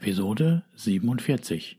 Episode 47.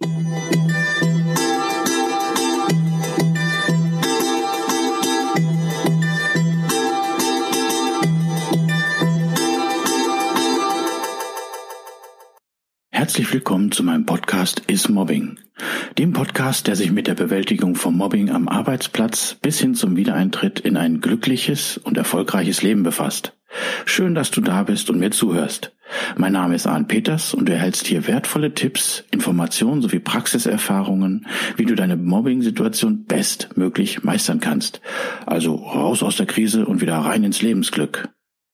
Herzlich willkommen zu meinem Podcast Is Mobbing, dem Podcast, der sich mit der Bewältigung von Mobbing am Arbeitsplatz bis hin zum Wiedereintritt in ein glückliches und erfolgreiches Leben befasst. Schön, dass du da bist und mir zuhörst. Mein Name ist Arndt Peters und du erhältst hier wertvolle Tipps, Informationen sowie Praxiserfahrungen, wie du deine Mobbing-Situation bestmöglich meistern kannst. Also raus aus der Krise und wieder rein ins Lebensglück.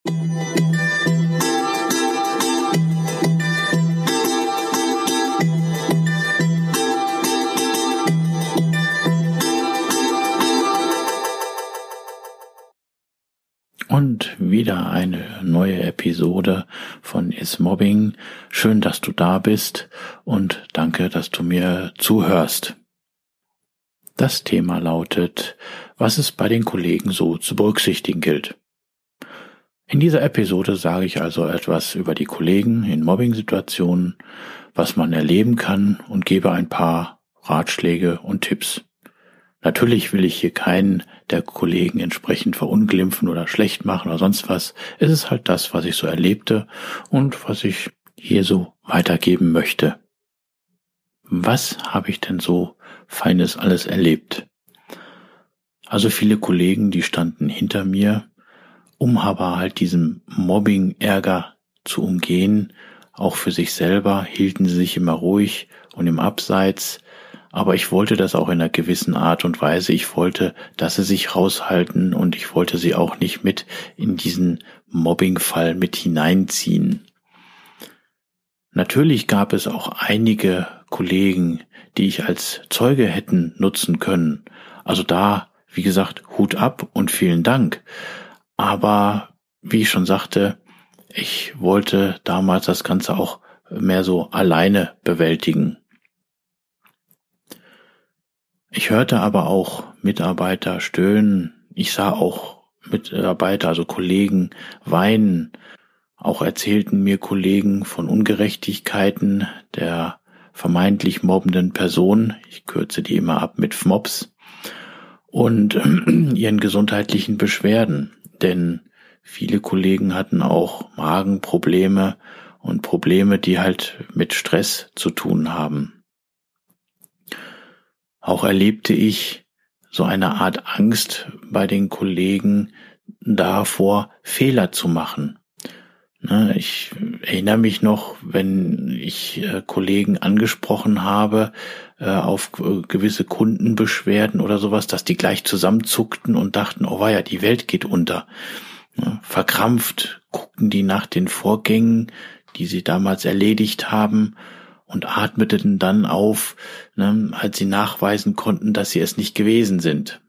Und wieder eine neue Episode von Is Mobbing. Schön, dass du da bist und danke, dass du mir zuhörst. Das Thema lautet, was es bei den Kollegen so zu berücksichtigen gilt. In dieser Episode sage ich also etwas über die Kollegen in Mobbing-Situationen, was man erleben kann und gebe ein paar Ratschläge und Tipps. Natürlich will ich hier keinen der Kollegen entsprechend verunglimpfen oder schlecht machen oder sonst was. Es ist halt das, was ich so erlebte und was ich hier so weitergeben möchte. Was habe ich denn so Feines alles erlebt? Also viele Kollegen, die standen hinter mir, um aber halt diesen Mobbing-Ärger zu umgehen. Auch für sich selber hielten sie sich immer ruhig und im Abseits. Aber ich wollte das auch in einer gewissen Art und Weise. Ich wollte, dass sie sich raushalten und ich wollte sie auch nicht mit in diesen Mobbing-Fall mit hineinziehen. Natürlich gab es auch einige Kollegen, die ich als Zeuge hätten nutzen können. Also da, wie gesagt, Hut ab und vielen Dank. Aber wie ich schon sagte, ich wollte damals das Ganze auch mehr so alleine bewältigen. Ich hörte aber auch Mitarbeiter stöhnen, ich sah auch Mitarbeiter, also Kollegen, weinen. Auch erzählten mir Kollegen von Ungerechtigkeiten der vermeintlich mobbenden Person, ich kürze die immer ab mit FMOPS, und ihren gesundheitlichen Beschwerden, denn viele Kollegen hatten auch Magenprobleme und Probleme, die halt mit Stress zu tun haben. Auch erlebte ich so eine Art Angst bei den Kollegen davor, Fehler zu machen. Ich erinnere mich noch, wenn ich Kollegen angesprochen habe auf gewisse Kundenbeschwerden oder sowas, dass die gleich zusammenzuckten und dachten, oh weia, die Welt geht unter. Verkrampft guckten die nach den Vorgängen, die sie damals erledigt haben, und atmeten dann auf, als sie nachweisen konnten, dass sie es nicht gewesen sind.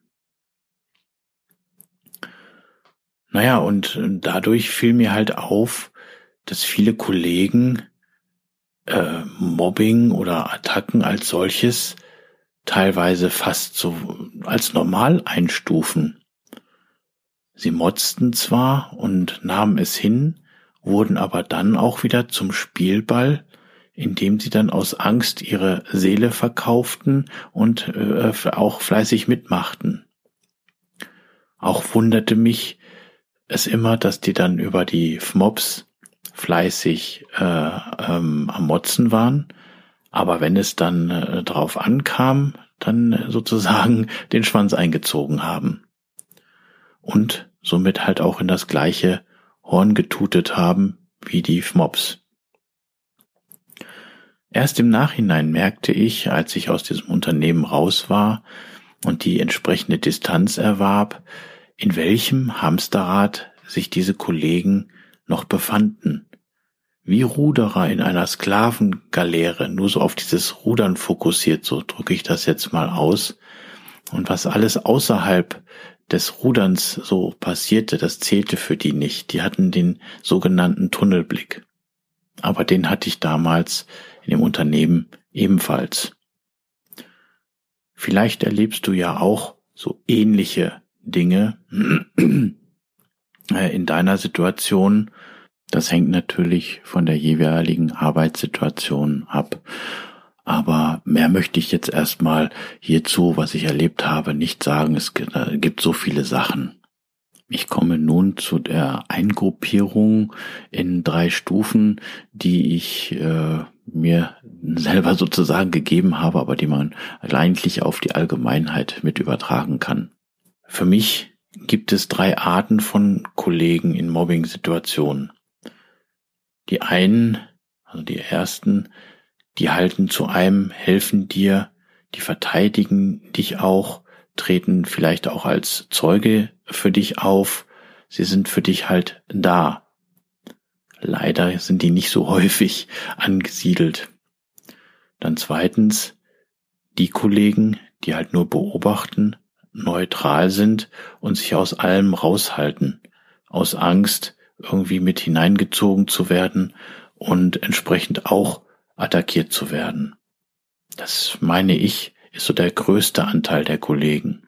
Naja, und dadurch fiel mir halt auf, dass viele Kollegen Mobbing oder Attacken als solches teilweise fast so als normal einstufen. Sie motzten zwar und nahmen es hin, wurden aber dann auch wieder zum Spielball, indem sie dann aus Angst ihre Seele verkauften und auch fleißig mitmachten. Auch wunderte mich es immer, dass die dann über die FMOPS fleißig am Motzen waren, aber wenn es dann drauf ankam, dann sozusagen den Schwanz eingezogen haben und somit halt auch in das gleiche Horn getutet haben wie die FMOPS. Erst im Nachhinein merkte ich, als ich aus diesem Unternehmen raus war und die entsprechende Distanz erwarb, in welchem Hamsterrad sich diese Kollegen noch befanden. Wie Ruderer in einer Sklavengaleere, nur so auf dieses Rudern fokussiert, so drücke ich das jetzt mal aus. Und was alles außerhalb des Ruderns so passierte, das zählte für die nicht. Die hatten den sogenannten Tunnelblick. Aber den hatte ich damals in dem Unternehmen ebenfalls. Vielleicht erlebst du ja auch so ähnliche Dinge in deiner Situation, Das hängt natürlich von der jeweiligen Arbeitssituation ab. Aber mehr möchte ich jetzt erstmal hierzu, was ich erlebt habe, nicht sagen. Es gibt so viele Sachen. Ich komme nun zu der Eingruppierung in 3 Stufen, die ich mir selber sozusagen gegeben habe, aber die man eigentlich auf die Allgemeinheit mit übertragen kann. Für mich gibt es 3 Arten von Kollegen in Mobbing-Situationen. Die einen, also die ersten, die halten zu einem, helfen dir, die verteidigen dich auch, treten vielleicht auch als Zeuge für dich auf. Sie sind für dich halt da. Leider sind die nicht so häufig angesiedelt. Dann zweitens, die Kollegen, die halt nur beobachten, neutral sind und sich aus allem raushalten, aus Angst, irgendwie mit hineingezogen zu werden und entsprechend auch attackiert zu werden. Das, meine ich, ist so der größte Anteil der Kollegen.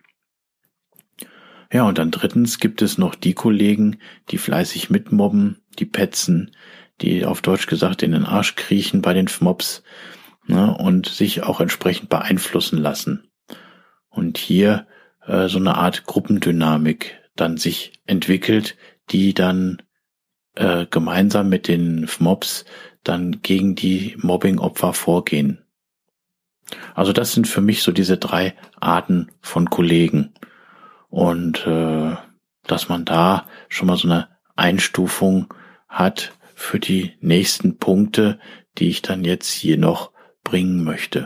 Ja, und dann drittens gibt es noch die Kollegen, die fleißig mitmobben, die petzen, die auf Deutsch gesagt in den Arsch kriechen bei den FMOPs, ne, und sich auch entsprechend beeinflussen lassen. Und hier so eine Art Gruppendynamik dann sich entwickelt, die dann gemeinsam mit den FMOPs dann gegen die Mobbing-Opfer vorgehen. Also das sind für mich so diese 3 Arten von Kollegen. Und dass man da schon mal so eine Einstufung hat für die nächsten Punkte, die ich dann jetzt hier noch bringen möchte.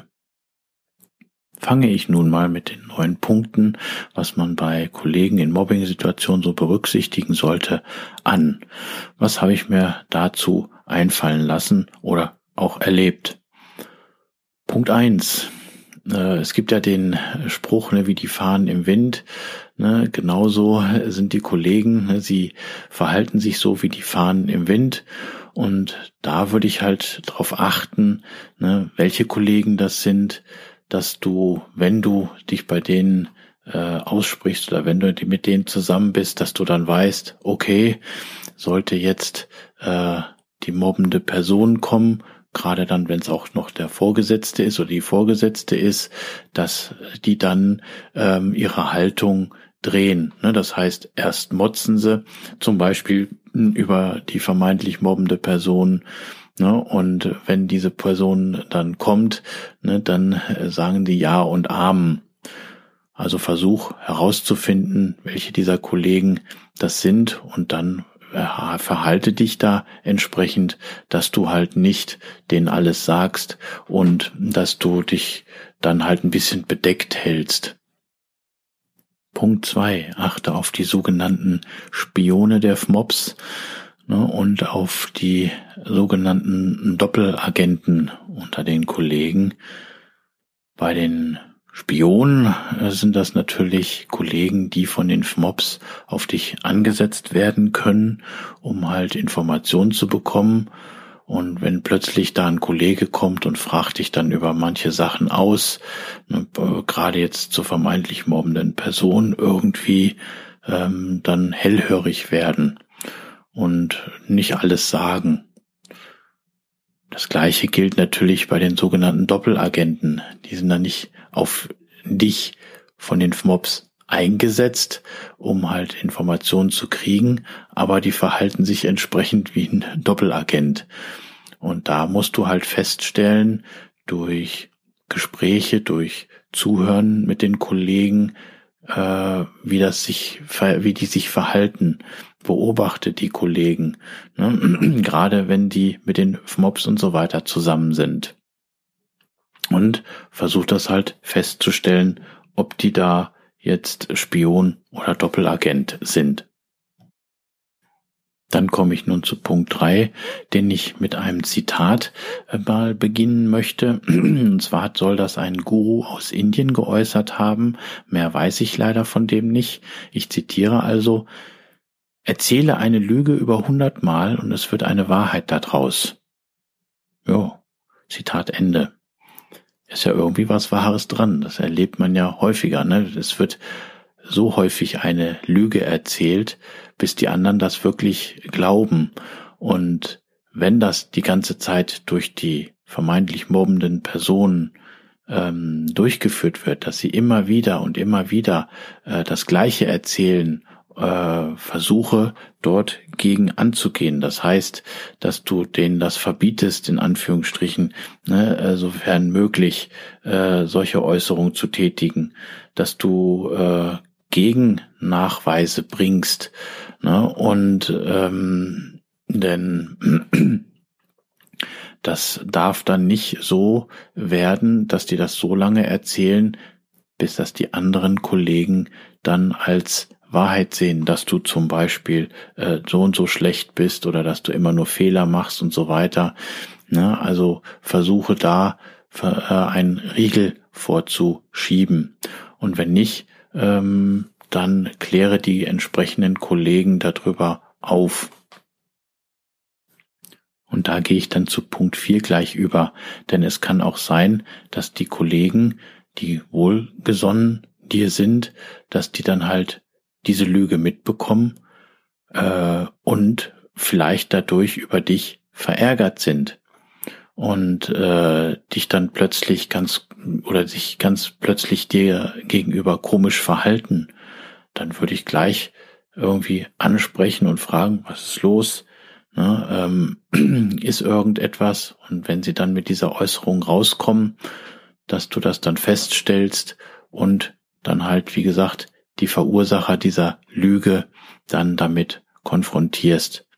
Fange ich nun mal mit den 9 Punkten, was man bei Kollegen in Mobbing-Situationen so berücksichtigen sollte, an. Was habe ich mir dazu einfallen lassen oder auch erlebt? Punkt 1. Es gibt ja den Spruch, wie die Fahnen im Wind. Genauso sind die Kollegen, sie verhalten sich so wie die Fahnen im Wind. Und da würde ich halt darauf achten, welche Kollegen das sind, dass du, wenn du dich bei denen aussprichst oder wenn du mit denen zusammen bist, dass du dann weißt, okay, sollte jetzt die mobbende Person kommen, gerade dann, wenn es auch noch der Vorgesetzte ist oder die Vorgesetzte ist, dass die dann ihre Haltung drehen. Das heißt, erst motzen sie zum Beispiel über die vermeintlich mobbende Person, und wenn diese Person dann kommt, dann sagen die Ja und Amen. Also versuch herauszufinden, welche dieser Kollegen das sind und dann verhalte dich da entsprechend, dass du halt nicht denen alles sagst und dass du dich dann halt ein bisschen bedeckt hältst. Punkt 2. Achte auf die sogenannten Spione der FMOPs und auf die sogenannten Doppelagenten unter den Kollegen. Bei den Spionen sind das natürlich Kollegen, die von den FMOPs auf dich angesetzt werden können, um halt Informationen zu bekommen. Und wenn plötzlich da ein Kollege kommt und fragt dich dann über manche Sachen aus, gerade jetzt zur vermeintlich mobbenden Person irgendwie, dann hellhörig werden und nicht alles sagen. Das Gleiche gilt natürlich bei den sogenannten Doppelagenten. Die sind dann nicht auf dich von den FMOPs eingesetzt, um halt Informationen zu kriegen, aber die verhalten sich entsprechend wie ein Doppelagent. Und da musst du halt feststellen, durch Gespräche, durch Zuhören mit den Kollegen, wie die sich verhalten. Beobachte die Kollegen, gerade wenn die mit den FMOPs und so weiter zusammen sind. Und versuch das halt festzustellen, ob die da jetzt Spion oder Doppelagent sind. Dann komme ich nun zu Punkt 3, den ich mit einem Zitat mal beginnen möchte. Und zwar soll das ein Guru aus Indien geäußert haben. Mehr weiß ich leider von dem nicht. Ich zitiere also: Erzähle eine Lüge über 100 Mal und es wird eine Wahrheit daraus. Jo, Zitat Ende. Ist ja irgendwie was Wahres dran. Das erlebt man ja häufiger, Es wird so häufig eine Lüge erzählt, bis die anderen das wirklich glauben. Und wenn das die ganze Zeit durch die vermeintlich mobbenden Personen durchgeführt wird, dass sie immer wieder und immer wieder das Gleiche erzählen, versuche dort gegen anzugehen. Das heißt, dass du denen das verbietest, in Anführungsstrichen, ne, sofern möglich, solche Äußerungen zu tätigen, dass du Gegennachweise bringst, ne, und denn das darf dann nicht so werden, dass die das so lange erzählen, bis das die anderen Kollegen dann als Wahrheit sehen, dass du zum Beispiel so und so schlecht bist oder dass du immer nur Fehler machst und so weiter. Ne? Also versuche da einen Riegel vorzuschieben. Und wenn nicht, dann kläre die entsprechenden Kollegen darüber auf. Und da gehe ich dann zu Punkt 4 gleich über, denn es kann auch sein, dass die Kollegen, die wohlgesonnen dir sind, dass die dann halt diese Lüge mitbekommen und vielleicht dadurch über dich verärgert sind und dich dann plötzlich sich ganz plötzlich dir gegenüber komisch verhalten. Dann würde ich gleich irgendwie ansprechen und fragen, was ist los? Ne, ist irgendetwas? Und wenn sie dann mit dieser Äußerung rauskommen, dass du das dann feststellst und dann halt, wie gesagt, die Verursacher dieser Lüge dann damit konfrontierst.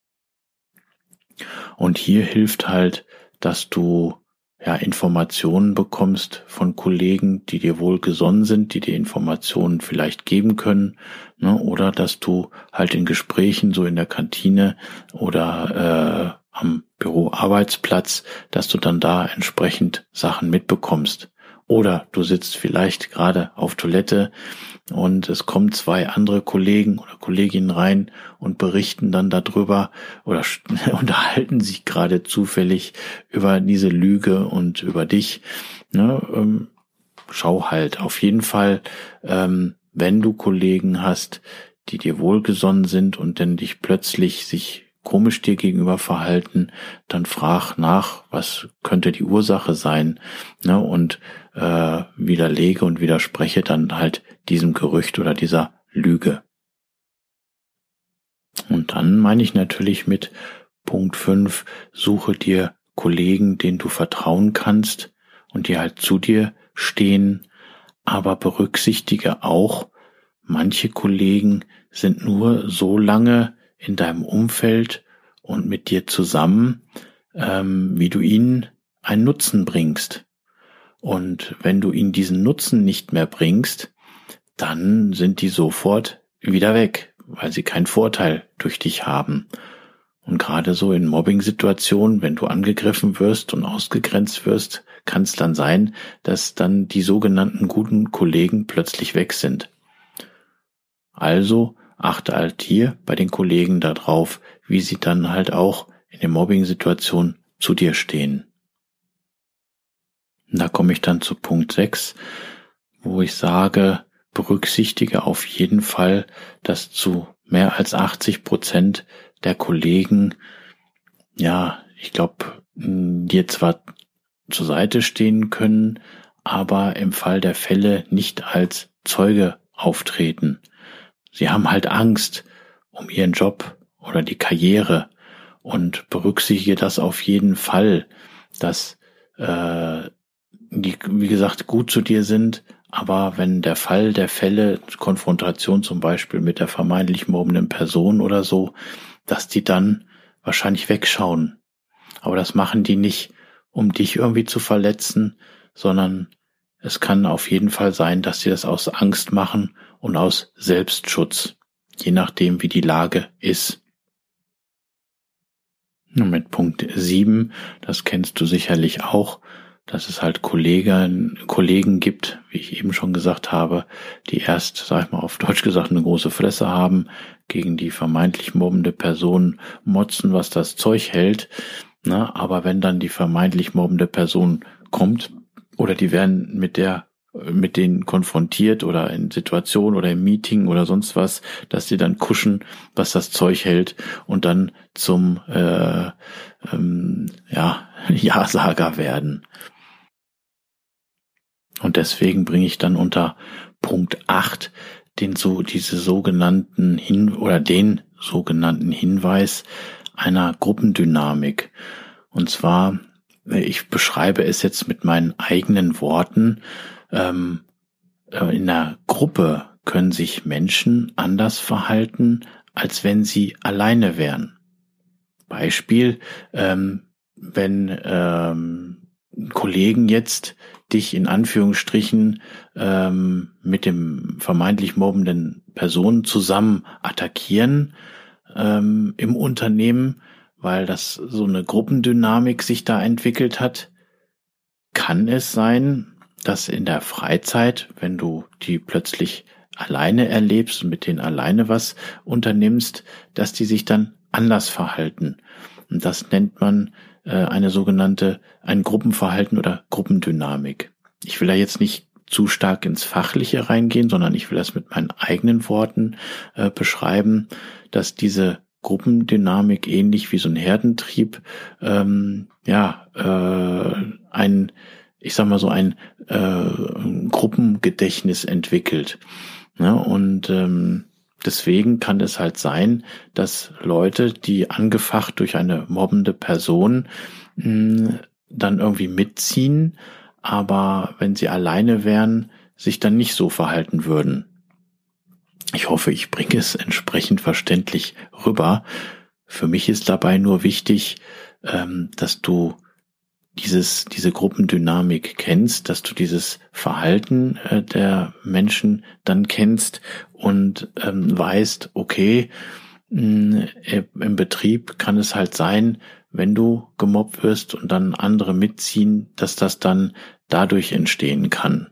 Und hier hilft halt, dass du Informationen bekommst von Kollegen, die dir wohlgesonnen sind, die dir Informationen vielleicht geben können, ne, oder dass du halt in Gesprächen so in der Kantine oder am Büroarbeitsplatz, dass du dann da entsprechend Sachen mitbekommst. Oder du sitzt vielleicht gerade auf Toilette und es kommen 2 andere Kollegen oder Kolleginnen rein und berichten dann darüber oder unterhalten sich gerade zufällig über diese Lüge und über dich. Ne, schau halt auf jeden Fall, wenn du Kollegen hast, die dir wohlgesonnen sind und dann dich plötzlich sich komisch dir gegenüber verhalten, dann frag nach, was könnte die Ursache sein, ne, und widerlege und widerspreche dann halt diesem Gerücht oder dieser Lüge. Und dann meine ich natürlich mit Punkt 5, suche dir Kollegen, denen du vertrauen kannst und die halt zu dir stehen, aber berücksichtige auch, manche Kollegen sind nur so lange in deinem Umfeld und mit dir zusammen, wie du ihnen einen Nutzen bringst. Und wenn du ihnen diesen Nutzen nicht mehr bringst, dann sind die sofort wieder weg, weil sie keinen Vorteil durch dich haben. Und gerade so in Mobbing-Situationen, wenn du angegriffen wirst und ausgegrenzt wirst, kann es dann sein, dass dann die sogenannten guten Kollegen plötzlich weg sind. Also achte halt hier bei den Kollegen darauf, wie sie dann halt auch in der Mobbing-Situation zu dir stehen. Und da komme ich dann zu Punkt 6, wo ich sage, berücksichtige auf jeden Fall, dass zu mehr als 80% der Kollegen, ich glaube, dir zwar zur Seite stehen können, aber im Fall der Fälle nicht als Zeuge auftreten. Sie haben halt Angst um ihren Job oder die Karriere und berücksichtige das auf jeden Fall, dass die, wie gesagt, gut zu dir sind, aber wenn der Fall der Fälle, Konfrontation zum Beispiel mit der vermeintlich mobbenden Person oder so, dass die dann wahrscheinlich wegschauen. Aber das machen die nicht, um dich irgendwie zu verletzen, sondern es kann auf jeden Fall sein, dass sie das aus Angst machen und aus Selbstschutz, je nachdem, wie die Lage ist. Und mit Punkt 7, das kennst du sicherlich auch, dass es halt Kollegen gibt, wie ich eben schon gesagt habe, die erst, sag ich mal auf Deutsch gesagt, eine große Fresse haben, gegen die vermeintlich mobbende Person motzen, was das Zeug hält. Na, aber wenn dann die vermeintlich mobbende Person kommt oder die werden mit der mit denen konfrontiert oder in Situationen oder im Meeting oder sonst was, dass die dann kuschen, was das Zeug hält und dann zum Ja-Sager werden. Und deswegen bringe ich dann unter Punkt 8 den sogenannten Hinweis einer Gruppendynamik. Und zwar, ich beschreibe es jetzt mit meinen eigenen Worten, in einer Gruppe können sich Menschen anders verhalten, als wenn sie alleine wären. Beispiel, wenn Kollegen jetzt dich in Anführungsstrichen mit dem vermeintlich mobbenden Personen zusammen attackieren im Unternehmen, weil das so eine Gruppendynamik sich da entwickelt hat, kann es sein, dass in der Freizeit, wenn du die plötzlich alleine erlebst und mit denen alleine was unternimmst, dass die sich dann anders verhalten. Und das nennt man ein Gruppenverhalten oder Gruppendynamik. Ich will da jetzt nicht zu stark ins Fachliche reingehen, sondern ich will das mit meinen eigenen Worten beschreiben, dass diese Gruppendynamik ähnlich wie so ein Herdentrieb ein Gruppengedächtnis entwickelt. Ja, und deswegen kann es halt sein, dass Leute, die angefacht durch eine mobbende Person dann irgendwie mitziehen, aber wenn sie alleine wären, sich dann nicht so verhalten würden. Ich hoffe, ich bringe es entsprechend verständlich rüber. Für mich ist dabei nur wichtig, dass du diese Gruppendynamik kennst, dass du dieses Verhalten der Menschen dann kennst und weißt, okay, im Betrieb kann es halt sein, wenn du gemobbt wirst und dann andere mitziehen, dass das dann dadurch entstehen kann.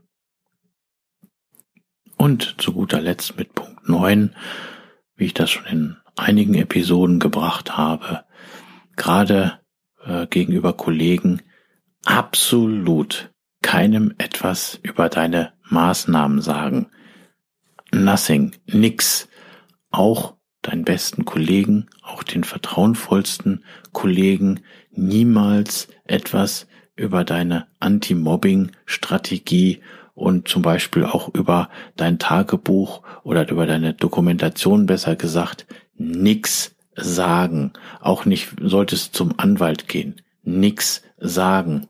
Und zu guter Letzt mit Punkt 9, wie ich das schon in einigen Episoden gebracht habe, gerade gegenüber Kollegen, absolut keinem etwas über deine Maßnahmen sagen. Nothing, nix. Auch deinen besten Kollegen, auch den vertrauensvollsten Kollegen, niemals etwas über deine Anti-Mobbing-Strategie und zum Beispiel auch über dein Tagebuch oder über deine Dokumentation, besser gesagt, nix sagen. Auch nicht solltest zum Anwalt gehen. Nix sagen.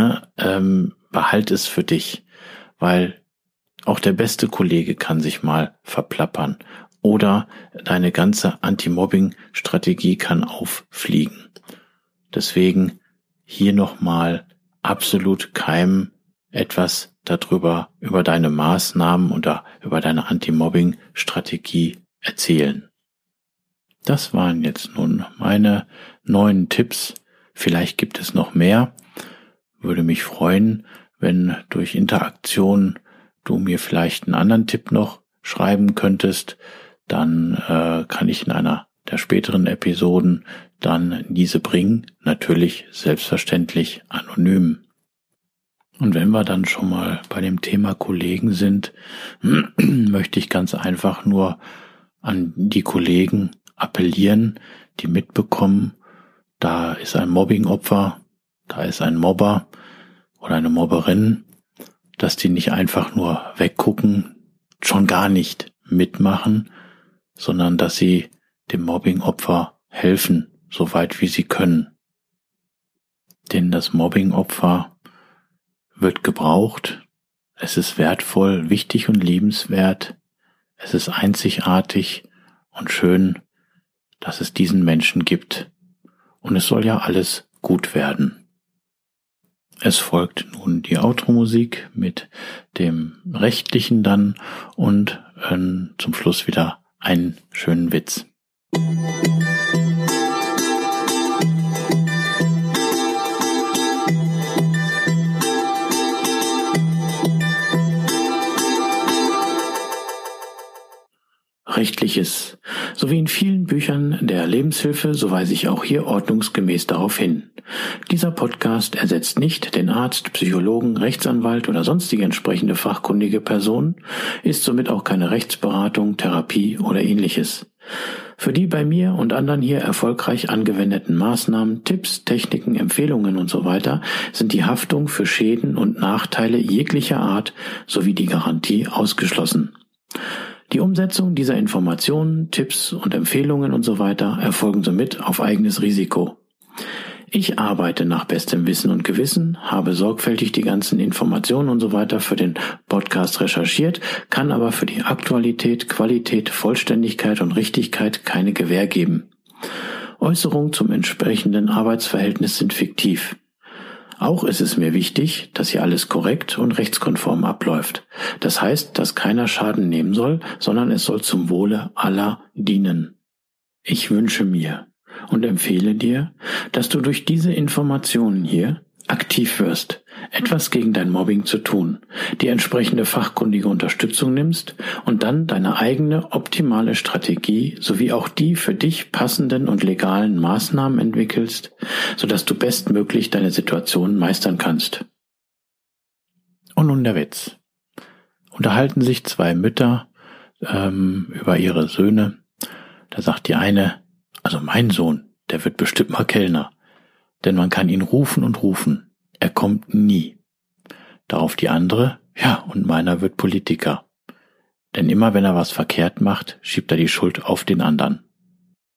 Behalt es für dich, weil auch der beste Kollege kann sich mal verplappern oder deine ganze Anti-Mobbing-Strategie kann auffliegen. Deswegen hier nochmal absolut keinem etwas darüber, über deine Maßnahmen oder über deine Anti-Mobbing-Strategie erzählen. Das waren jetzt nun meine 9 Tipps. Vielleicht gibt es noch mehr. Würde mich freuen, wenn durch Interaktion du mir vielleicht einen anderen Tipp noch schreiben könntest. Dann kann ich in einer der späteren Episoden dann diese bringen. Natürlich selbstverständlich anonym. Und wenn wir dann schon mal bei dem Thema Kollegen sind, möchte ich ganz einfach nur an die Kollegen appellieren, die mitbekommen, da ist ein Mobbingopfer, da ist ein Mobber oder eine Mobberin, dass die nicht einfach nur weggucken, schon gar nicht mitmachen, sondern dass sie dem Mobbingopfer helfen, soweit wie sie können. Denn das Mobbingopfer wird gebraucht, es ist wertvoll, wichtig und liebenswert, es ist einzigartig und schön, dass es diesen Menschen gibt. Und es soll ja alles gut werden. Es folgt nun die Outro-Musik mit dem Rechtlichen dann und zum Schluss wieder einen schönen Witz. Rechtliches. Sowie in vielen Büchern der Lebenshilfe, so weise ich auch hier ordnungsgemäß darauf hin. Dieser Podcast ersetzt nicht den Arzt, Psychologen, Rechtsanwalt oder sonstige entsprechende fachkundige Person, ist somit auch keine Rechtsberatung, Therapie oder ähnliches. Für die bei mir und anderen hier erfolgreich angewendeten Maßnahmen, Tipps, Techniken, Empfehlungen usw. sind die Haftung für Schäden und Nachteile jeglicher Art sowie die Garantie ausgeschlossen. Die Umsetzung dieser Informationen, Tipps und Empfehlungen usw. erfolgen somit auf eigenes Risiko. Ich arbeite nach bestem Wissen und Gewissen, habe sorgfältig die ganzen Informationen usw. Für den Podcast recherchiert, kann aber für die Aktualität, Qualität, Vollständigkeit und Richtigkeit keine Gewähr geben. Äußerungen zum entsprechenden Arbeitsverhältnis sind fiktiv. Auch ist es mir wichtig, dass hier alles korrekt und rechtskonform abläuft. Das heißt, dass keiner Schaden nehmen soll, sondern es soll zum Wohle aller dienen. Ich wünsche mir und empfehle dir, dass du durch diese Informationen hier aktiv wirst, etwas gegen dein Mobbing zu tun, die entsprechende fachkundige Unterstützung nimmst und dann deine eigene optimale Strategie sowie auch die für dich passenden und legalen Maßnahmen entwickelst, sodass du bestmöglich deine Situation meistern kannst. Und nun der Witz. Unterhalten sich zwei Mütter über ihre Söhne. Da sagt die eine: Also mein Sohn, der wird bestimmt mal Kellner, denn man kann ihn rufen und rufen, er kommt nie. Darauf die andere: Ja, und meiner wird Politiker, denn immer wenn er was verkehrt macht, schiebt er die Schuld auf den anderen.